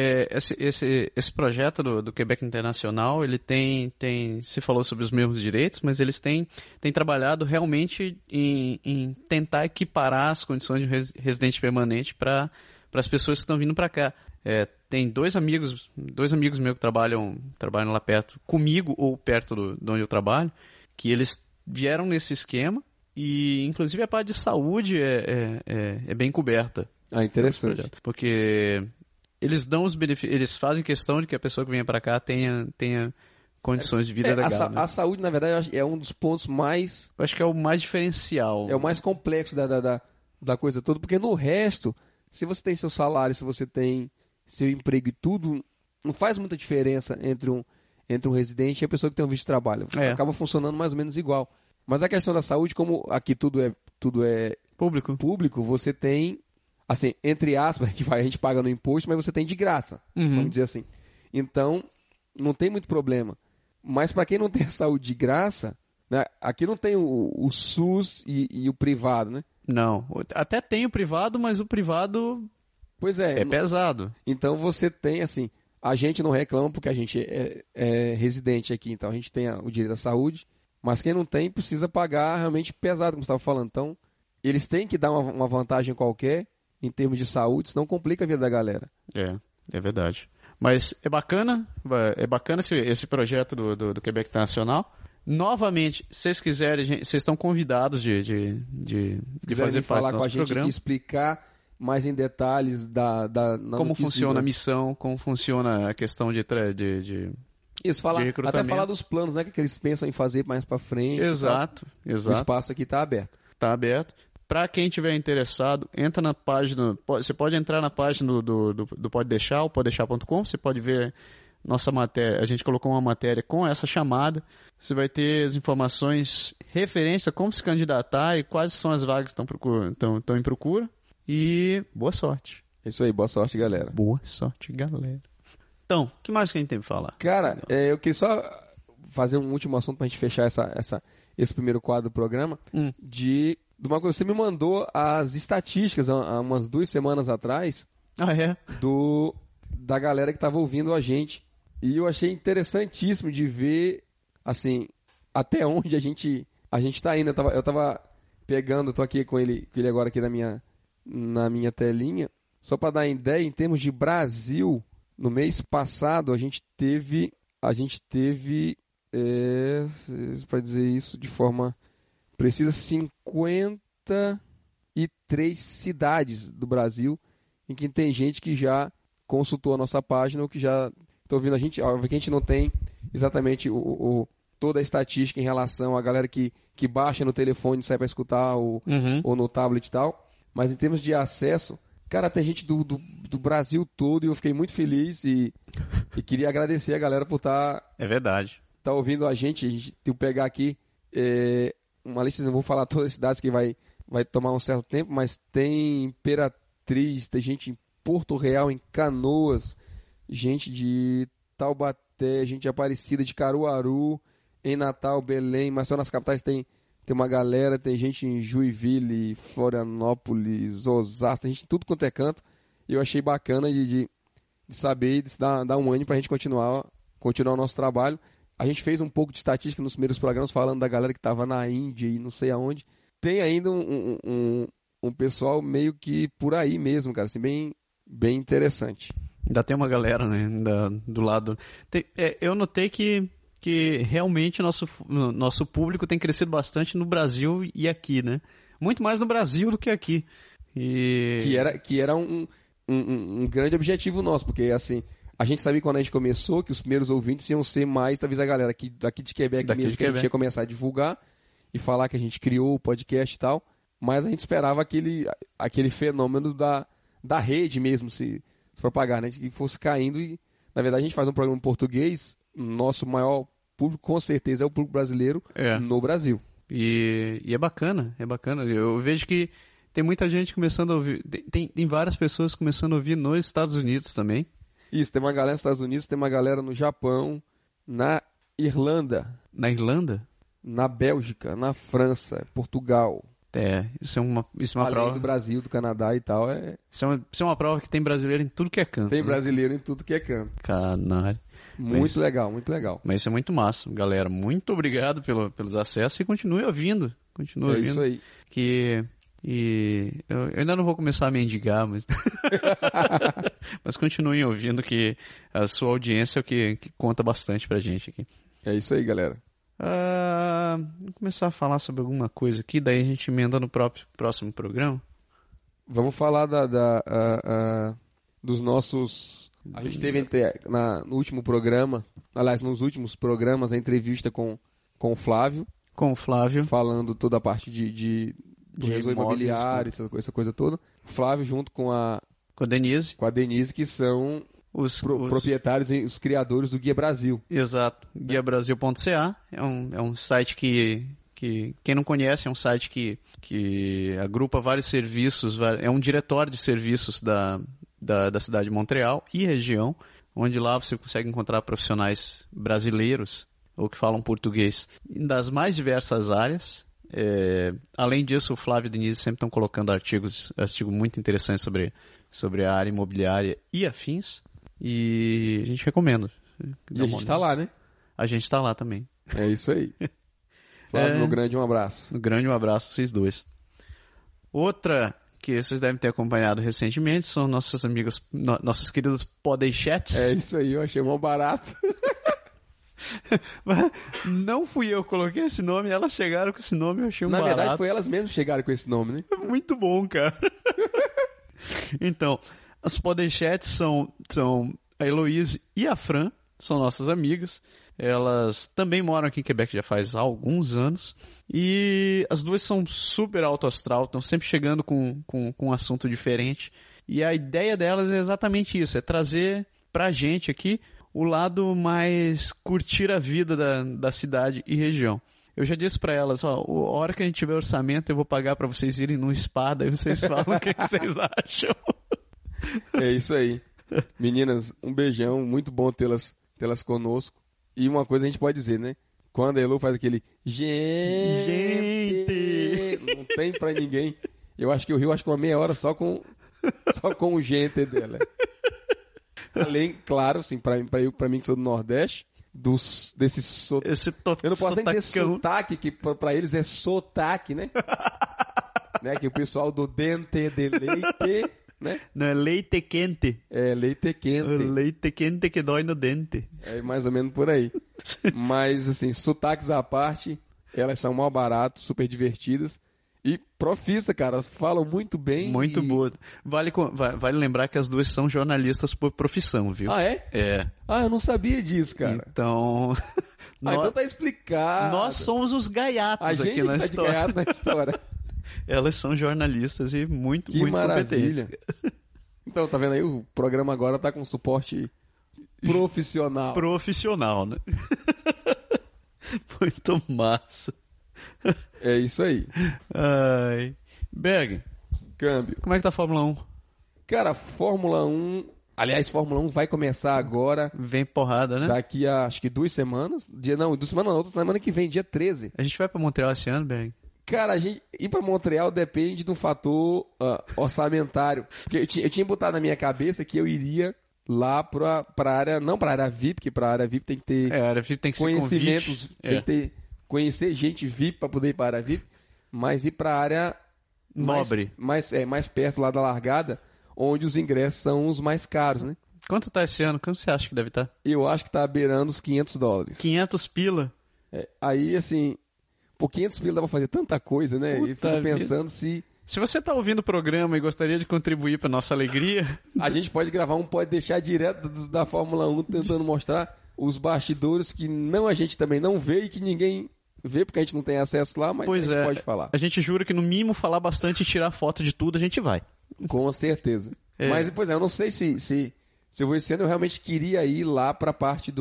Esse projeto do Quebec Internacional, ele se falou sobre os mesmos direitos, mas eles têm trabalhado realmente em tentar equiparar as condições de residente permanente para as pessoas que estão vindo para cá. Tem dois amigos meus que trabalham lá perto, comigo ou perto de onde eu trabalho, que eles vieram nesse esquema, E, inclusive, a parte de saúde é bem coberta. Ah, interessante. Porque eles dão os benefícios, eles fazem questão de que a pessoa que venha para cá tenha condições de vida legal. A saúde, na verdade, é um dos pontos mais... Eu acho que é o mais diferencial. É o mais complexo da coisa toda, porque no resto, se você tem seu salário, se você tem seu emprego e tudo, não faz muita diferença entre um residente e a pessoa que tem um visto de trabalho. Acaba funcionando mais ou menos igual. Mas a questão da saúde, como aqui tudo é público, você tem, assim, entre aspas, a gente paga no imposto, mas você tem de graça, vamos dizer assim. Então, não tem muito problema. Mas para quem não tem a saúde de graça, né, aqui não tem o SUS e o privado, né? Não, até tem o privado, mas o privado é pesado. Então você tem, assim, a gente não reclama porque a gente é residente aqui, então a gente tem o direito à saúde, mas quem não tem precisa pagar realmente pesado, como você estava falando. Então, eles têm que dar uma vantagem qualquer em termos de saúde, senão complica a vida da galera. É verdade. Mas é bacana esse projeto do Quebec Nacional. Novamente, se vocês quiserem, vocês estão convidados de fazer parte do nosso programa. Explicar mais em detalhes como funciona a missão, como funciona a questão de isso, até falar dos planos, né, que eles pensam em fazer mais para frente. Exato. O espaço aqui está aberto. Está aberto. Para quem estiver interessado, entra na página. Você pode entrar na página do Pode Deixar, o podedeixar.com. Você pode ver nossa matéria. A gente colocou uma matéria com essa chamada. Você vai ter as informações referentes a como se candidatar e quais são as vagas que estão em procura. E boa sorte. É isso aí, boa sorte, galera. Boa sorte, galera. Então, o que mais que a gente tem para falar? Cara, eu queria só fazer um último assunto para a gente fechar esse primeiro quadro do programa. De uma coisa, você me mandou as estatísticas há umas 2 semanas atrás. Da galera que estava ouvindo a gente. E eu achei interessantíssimo de ver, assim, até onde a gente está indo. Eu tava pegando, tô aqui com ele agora aqui na minha telinha. Só para dar ideia, em termos de Brasil, no mês passado a gente teve para dizer isso de forma precisa, 53 cidades do Brasil em que tem gente que já consultou a nossa página ou que já está ouvindo a gente. Óbvio que a gente não tem exatamente toda a estatística em relação à galera que baixa no telefone e sai para escutar ou no tablet e tal. Mas em termos de acesso, cara, tem gente do Brasil todo e eu fiquei muito feliz e queria agradecer a galera por estar... É verdade. Tá ouvindo a gente tem que pegar aqui uma lista, não vou falar todas as cidades que vai tomar um certo tempo, mas tem Imperatriz, tem gente em Porto Real, em Canoas, gente de Taubaté, gente de Aparecida, de Caruaru, em Natal, Belém, mas só nas capitais tem uma galera, tem gente em Joinville, Florianópolis, Osasco, tem gente em tudo quanto é canto. E eu achei bacana de saber e de dar um ânimo pra gente continuar o nosso trabalho. A gente fez um pouco de estatística nos primeiros programas falando da galera que estava na Índia e não sei aonde. Tem ainda um pessoal meio que por aí mesmo, cara, assim, bem interessante. Ainda tem uma galera, né, do lado... eu notei que realmente nosso público tem crescido bastante no Brasil e aqui, né? Muito mais no Brasil do que aqui. Que era um grande objetivo nosso, porque assim... A gente sabia quando a gente começou que os primeiros ouvintes iam ser mais, talvez, a galera daqui de Quebec mesmo, que a gente ia começar a divulgar e falar que a gente criou o podcast e tal, mas a gente esperava aquele fenômeno da rede mesmo se propagar, né? Que fosse caindo e, na verdade, a gente faz um programa em português, nosso maior público, com certeza, é o público brasileiro no Brasil. E é bacana. Eu vejo que tem muita gente começando a ouvir, tem várias pessoas começando a ouvir nos Estados Unidos também. Isso, tem uma galera nos Estados Unidos, tem uma galera no Japão, na Irlanda. Na Irlanda? Na Bélgica, na França, Portugal. Isso é uma além prova. Do Brasil, do Canadá e tal. Isso é uma prova que tem brasileiro em tudo que é canto. Tem brasileiro em tudo que é canto. Canalha. Muito legal, muito legal. Mas isso é muito massa. Galera, muito obrigado pelos acessos e continue ouvindo. Continue ouvindo. Isso aí. E eu ainda não vou começar a mendigar, mas mas continuem ouvindo, que a sua audiência é o que conta bastante pra gente aqui. É isso aí, galera. Vamos começar a falar sobre alguma coisa aqui, daí a gente emenda no próximo programa. Vamos falar dos nossos... A gente teve no último programa, aliás, nos últimos programas, a entrevista com o Flávio. Com o Flávio. Falando toda a parte de resort imobiliário, essa coisa toda. Flávio junto com a Denise. Com a Denise, que são os proprietários e os criadores do Guia Brasil. Exato. Guiabrasil.ca é um site que quem não conhece, é um site que agrupa vários serviços, é um diretório de serviços da cidade de Montreal e região, onde lá você consegue encontrar profissionais brasileiros ou que falam português das mais diversas áreas. Além disso, o Flávio e a Denise sempre estão colocando artigos muito interessantes sobre a área imobiliária e afins, e a gente recomenda. E a gente está lá, né? A gente está lá também. É isso aí. Flávio, meu grande um abraço. Um grande um abraço para vocês dois. Outra que vocês devem ter acompanhado recentemente são nossas amigas, nossas queridas Podeixetes. É isso aí, eu achei mó barato. Não fui eu que coloquei esse nome, elas chegaram com esse nome, eu achei barato. Na verdade, foi elas mesmas que chegaram com esse nome, né? Muito bom, cara. Então, as Podeixetes são a Heloíse e a Fran, são nossas amigas. Elas também moram aqui em Quebec já faz alguns anos. E as duas são super alto astral, estão sempre chegando com um assunto diferente. E a ideia delas é exatamente isso, é trazer pra gente aqui o lado mais curtir a vida da cidade e região. Eu já disse pra elas, a hora que a gente tiver orçamento, eu vou pagar pra vocês irem num spa, daí vocês falam o que vocês acham. É isso aí. Meninas, um beijão, muito bom tê-las conosco. E uma coisa a gente pode dizer, né? Quando a Elo faz aquele gente, não tem pra ninguém. Eu acho que eu rio uma meia hora só com o gente dela. Além, claro, assim, pra mim que sou do Nordeste, eu não posso nem dizer sotaque, que pra eles é sotaque, né? Né? Que o pessoal do dente de leite, né? Não, é leite quente. É, leite quente. Leite quente que dói no dente. É mais ou menos por aí. Mas, assim, sotaques à parte, elas são mal baratas, super divertidas. E profissa, cara, falam muito bem. Muito boa. Vale lembrar que as duas são jornalistas por profissão, viu? Ah, é? É. Ah, eu não sabia disso, cara. Então... então tá explicado. Nós somos os gaiatos aqui na história. De gaiato na história. Elas são jornalistas e muito maravilha. competentes. Então, tá vendo aí? O programa agora tá com suporte profissional. Profissional, né? Muito massa. É isso aí. Ai. Berg. Câmbio. Como é que tá a Fórmula 1? Cara, Fórmula 1... Aliás, Fórmula 1 vai começar agora. Vem porrada, né? Daqui a, acho que 2 semanas. Outra semana que vem, dia 13. A gente vai pra Montreal esse ano, Berg? Cara, ir pra Montreal depende de um fator orçamentário. Porque eu tinha botado na minha cabeça que eu iria lá pra área... Não pra área VIP, porque pra área VIP tem que ter... a área VIP tem que ser conhecimentos, tem que ter... Conhecer gente VIP para poder ir para a área VIP, mas ir para a área nobre, mais perto lá da largada, onde os ingressos são os mais caros, né? Quanto tá esse ano? Quanto você acha que deve estar? Eu acho que tá beirando os $500. 500 pila? Aí, assim, por 500 pila dá para fazer tanta coisa, né? E fico pensando se você tá ouvindo o programa e gostaria de contribuir para nossa alegria... A gente pode gravar pode deixar direto da Fórmula 1 tentando mostrar os bastidores que a gente também não vê e que ninguém... vê porque a gente não tem acesso lá, mas pois a gente pode falar. A gente jura que no mínimo falar bastante e tirar foto de tudo a gente vai. Com certeza. Mas, pois eu não sei se eu vou esse ano, eu realmente queria ir lá pra parte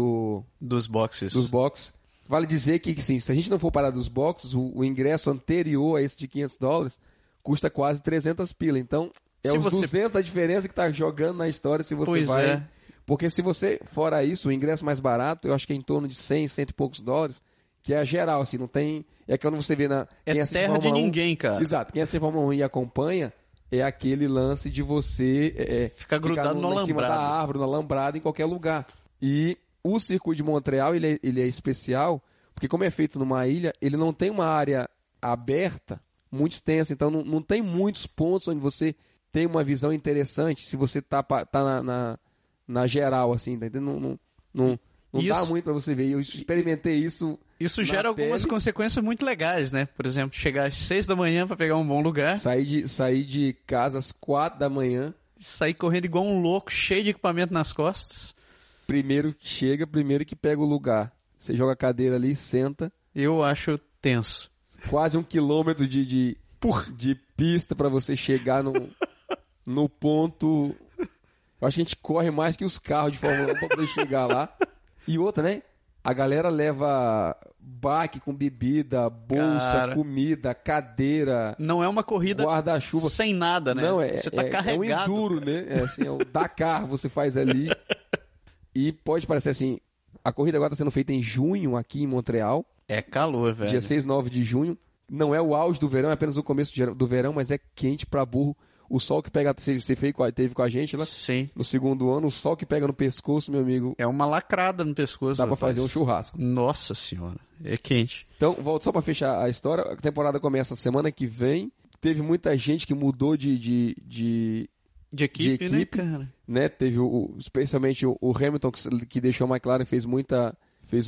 dos boxes. Dos boxes. Vale dizer que sim, se a gente não for parar dos boxes, o ingresso anterior a esse de $500 custa quase 300 pila. Então, os 200 da diferença que tá jogando na história se você vai... Porque se você, fora isso, o ingresso mais barato, eu acho que é em torno de 100 e poucos dólares, que é a geral, assim, não tem... É quando você vê na... É terra de ninguém, cara. Exato. Quem assiste Fórmula 1 e acompanha, é aquele lance de você... ficar grudado no alambrado. Em cima da árvore, no alambrado, em qualquer lugar. E o circuito de Montreal, ele é especial, porque como é feito numa ilha, ele não tem uma área aberta, muito extensa, então não tem muitos pontos onde você tem uma visão interessante, se você tá na geral, assim, tá entendendo? Não dá muito pra você ver. Eu experimentei isso Isso gera algumas consequências muito legais, né? Por exemplo, chegar às 6 da manhã pra pegar um bom lugar. Sair de casa às 4 da manhã. Sair correndo igual um louco, cheio de equipamento nas costas. Primeiro que chega, primeiro que pega o lugar. Você joga a cadeira ali, senta. Eu acho tenso. Quase 1 quilômetro de pista pra você chegar no ponto. Eu acho que a gente corre mais que os carros de Fórmula 1 pra poder chegar lá. E outra, né? A galera leva baque com bebida, bolsa, comida, cadeira. Não é uma corrida guarda-chuva sem nada, né? Não, você tá carregado. É um enduro, né? É assim, é o Dakar você faz ali. E pode parecer assim, a corrida agora tá sendo feita em junho aqui em Montreal. É calor, velho. Dia 6, 9 de junho. Não é o auge do verão, é apenas o começo do verão, mas é quente pra burro. O sol que pega, você teve com a gente lá? Sim. No segundo ano, o sol que pega no pescoço, meu amigo. É uma lacrada no pescoço. Dá pra fazer um churrasco. Nossa senhora, é quente. Então, volto só pra fechar a história. A temporada começa semana que vem. Teve muita gente que mudou de equipe, né, cara? Né? Teve especialmente o Hamilton, que deixou a McLaren, fez muita.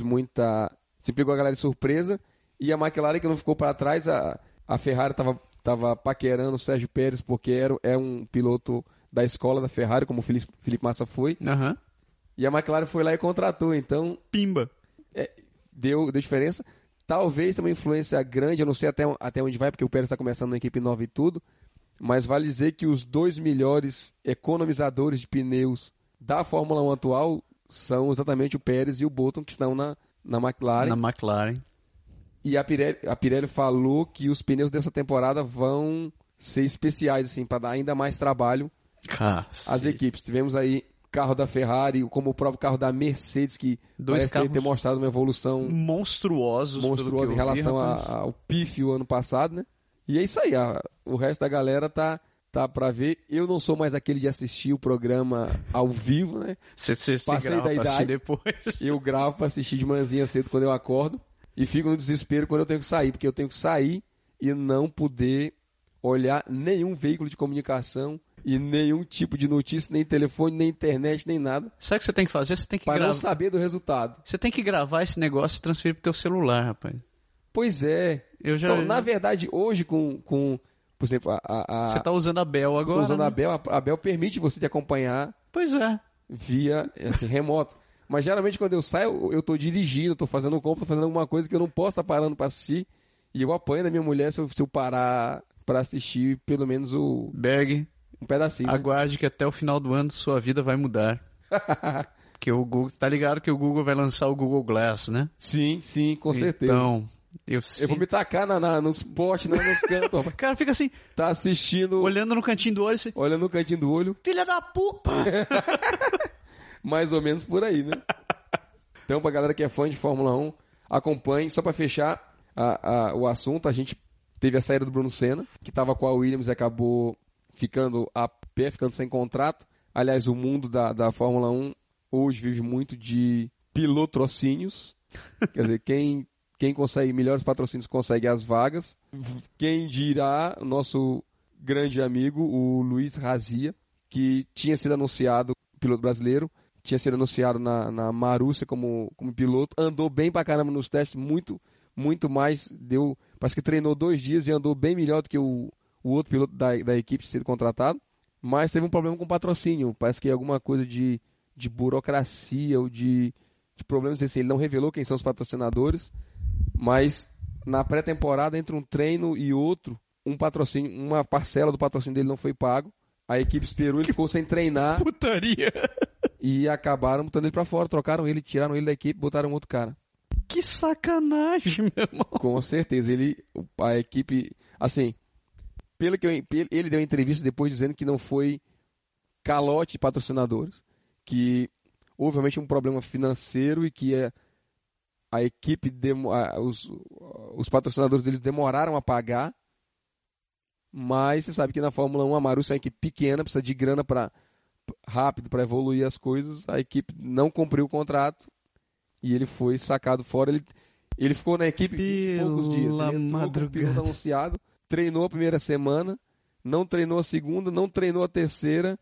Se pegou a galera de surpresa. E a McLaren, que não ficou para trás, a Ferrari tava paquerando o Sérgio Pérez, porque é um piloto da escola da Ferrari, como o Felipe Massa foi. Uhum. E a McLaren foi lá e contratou, então... Pimba! Deu diferença. Talvez também influência grande, eu não sei até onde vai, porque o Pérez está começando na equipe nova e tudo, mas vale dizer que os 2 melhores economizadores de pneus da Fórmula 1 atual são exatamente o Pérez e o Button, que estão na McLaren. Na McLaren. E a Pirelli falou que os pneus dessa temporada vão ser especiais, assim, para dar ainda mais trabalho às equipes. Tivemos aí carro da Ferrari, como o próprio carro da Mercedes, que parece ter mostrado uma evolução monstruosa em relação ao pífio ano passado, né? E é isso aí, o resto da galera tá pra ver. Eu não sou mais aquele de assistir o programa ao vivo, né? Você grava da idade, pra assistir depois. Eu gravo pra assistir de manhãzinha cedo quando eu acordo. E fico no desespero quando eu tenho que sair, porque eu tenho que sair e não poder olhar nenhum veículo de comunicação e nenhum tipo de notícia, nem telefone, nem internet, nem nada. Sabe o que você tem que fazer? Você tem que para não saber do resultado. Você tem que gravar esse negócio e transferir pro teu celular, rapaz. Pois é. Então, na verdade, hoje com por exemplo, você tá usando a Bell agora. Tô usando, né? A Bell permite você te acompanhar. Pois é. Via remoto. Mas geralmente quando eu saio, eu tô dirigindo, tô fazendo compra, tô fazendo alguma coisa que eu não posso estar parando para assistir. E eu apanho da minha mulher se eu parar para assistir pelo menos Berg, um pedacinho. Aguarde que até o final do ano sua vida vai mudar. Porque o Google, tá ligado que o Google vai lançar o Google Glass, né? Sim, com certeza. Então, eu vou me tacar nos potes, nos cantos. O cara fica assim, tá assistindo, olhando no cantinho do olho, assim, olhando no cantinho do olho. Filha da puta! Mais ou menos por aí, né? Então, pra galera que é fã de Fórmula 1, acompanhe. Só pra fechar o assunto, a gente teve a saída do Bruno Senna, que tava com a Williams e acabou ficando a pé, ficando sem contrato. Aliás, o mundo da Fórmula 1 hoje vive muito de pilotrocínios. Quer dizer, quem consegue melhores patrocínios consegue as vagas. Quem dirá, nosso grande amigo, o Luiz Razia, que tinha sido anunciado piloto brasileiro, tinha sido anunciado na Marussia como piloto, andou bem pra caramba nos testes, muito mais, parece que treinou 2 dias e andou bem melhor do que o outro piloto da equipe sido contratado, mas teve um problema com o patrocínio, parece que é alguma coisa de burocracia ou de problemas assim, ele não revelou quem são os patrocinadores, mas na pré-temporada, entre um treino e outro, uma parcela do patrocínio dele não foi pago, a equipe esperou, ele ficou sem treinar. Putaria! E acabaram botando ele pra fora, trocaram ele, tiraram ele da equipe, botaram outro cara. Que sacanagem, meu irmão! Com certeza, a equipe, assim, ele deu uma entrevista depois dizendo que não foi calote de patrocinadores, que houve realmente um problema financeiro e que a equipe, os patrocinadores deles demoraram a pagar, mas você sabe que na Fórmula 1 a Marussia é uma equipe pequena, precisa de grana rápido para evoluir as coisas, a equipe não cumpriu o contrato e ele foi sacado fora. Ele ficou na equipe 20 e poucos dias, ele entrou como piloto anunciado, treinou a primeira semana, não treinou a segunda, não treinou a terceira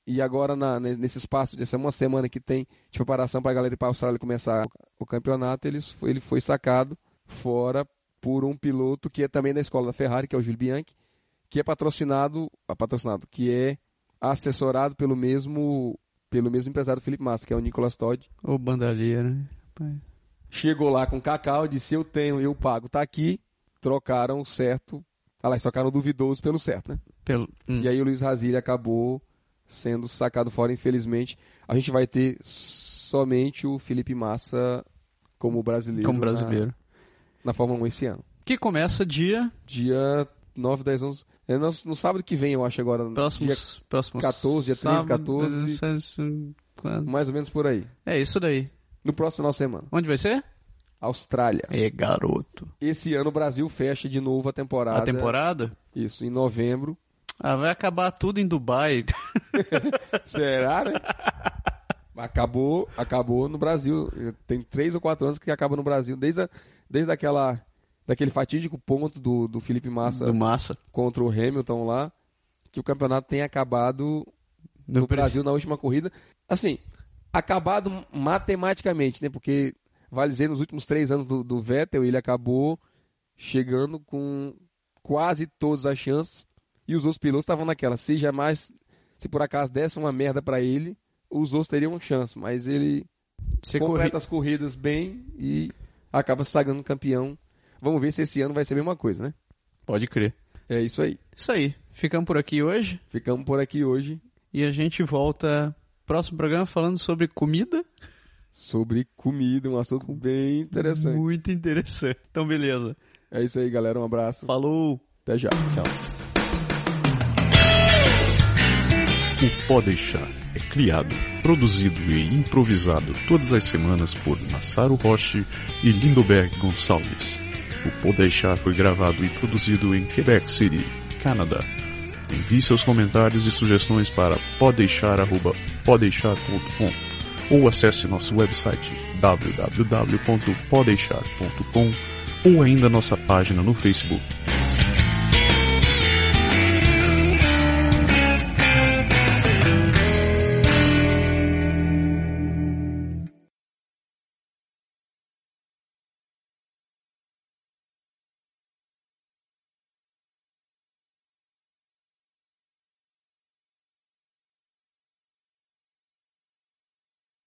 E agora, nesse espaço dessa uma semana que tem de preparação para a galera ir para a Austrália começar o campeonato, ele foi sacado fora por um piloto que é também da escola da Ferrari, que é o Júlio Bianchi, que é patrocinado, que é assessorado pelo mesmo empresário do Felipe Massa, que é o Nicolas Todd. O bandalheiro, né? Chegou lá com o Cacau, disse, eu pago, tá aqui. Trocaram o certo, trocaram o duvidoso pelo certo, né? E aí o Luiz Razilli acabou sendo sacado fora, infelizmente. A gente vai ter somente o Felipe Massa como brasileiro. Na Fórmula 1 esse ano. Que começa dia 9, 10, 11... No sábado que vem, eu acho, agora. Próximos 14, dia 13, 14. Mais ou menos por aí. É isso daí. No próximo final de semana. Onde vai ser? Austrália. Garoto. Esse ano o Brasil fecha de novo a temporada. A temporada? Isso, em novembro. Vai acabar tudo em Dubai. Será, né? Acabou no Brasil. Tem 3 ou 4 anos que acaba no Brasil. Desde daquele fatídico ponto do Felipe Massa, contra o Hamilton lá, que o campeonato tem acabado no Brasil na última corrida. Assim, acabado matematicamente, né? Porque, vale dizer, nos últimos 3 anos do Vettel, ele acabou chegando com quase todas as chances e os outros pilotos estavam naquela. Se por acaso desse uma merda pra ele, os outros teriam chance, mas ele completa as corridas bem e acaba se sagrando campeão. Vamos ver se esse ano vai ser a mesma coisa, né? Pode crer. É isso aí. Isso aí. Ficamos por aqui hoje. E a gente volta próximo programa falando sobre comida. Sobre comida, um assunto bem interessante. Muito interessante. Então, beleza. É isso aí, galera. Um abraço. Falou. Até já. Tchau. O Pode Deixar é criado, produzido e improvisado todas as semanas por Massaro Roche e Lindoberg Gonçalves. O Pode Deixar foi gravado e produzido em Quebec City, Canadá. Envie seus comentários e sugestões para podeixar.com ou acesse nosso website www.podeixar.com ou ainda nossa página no Facebook.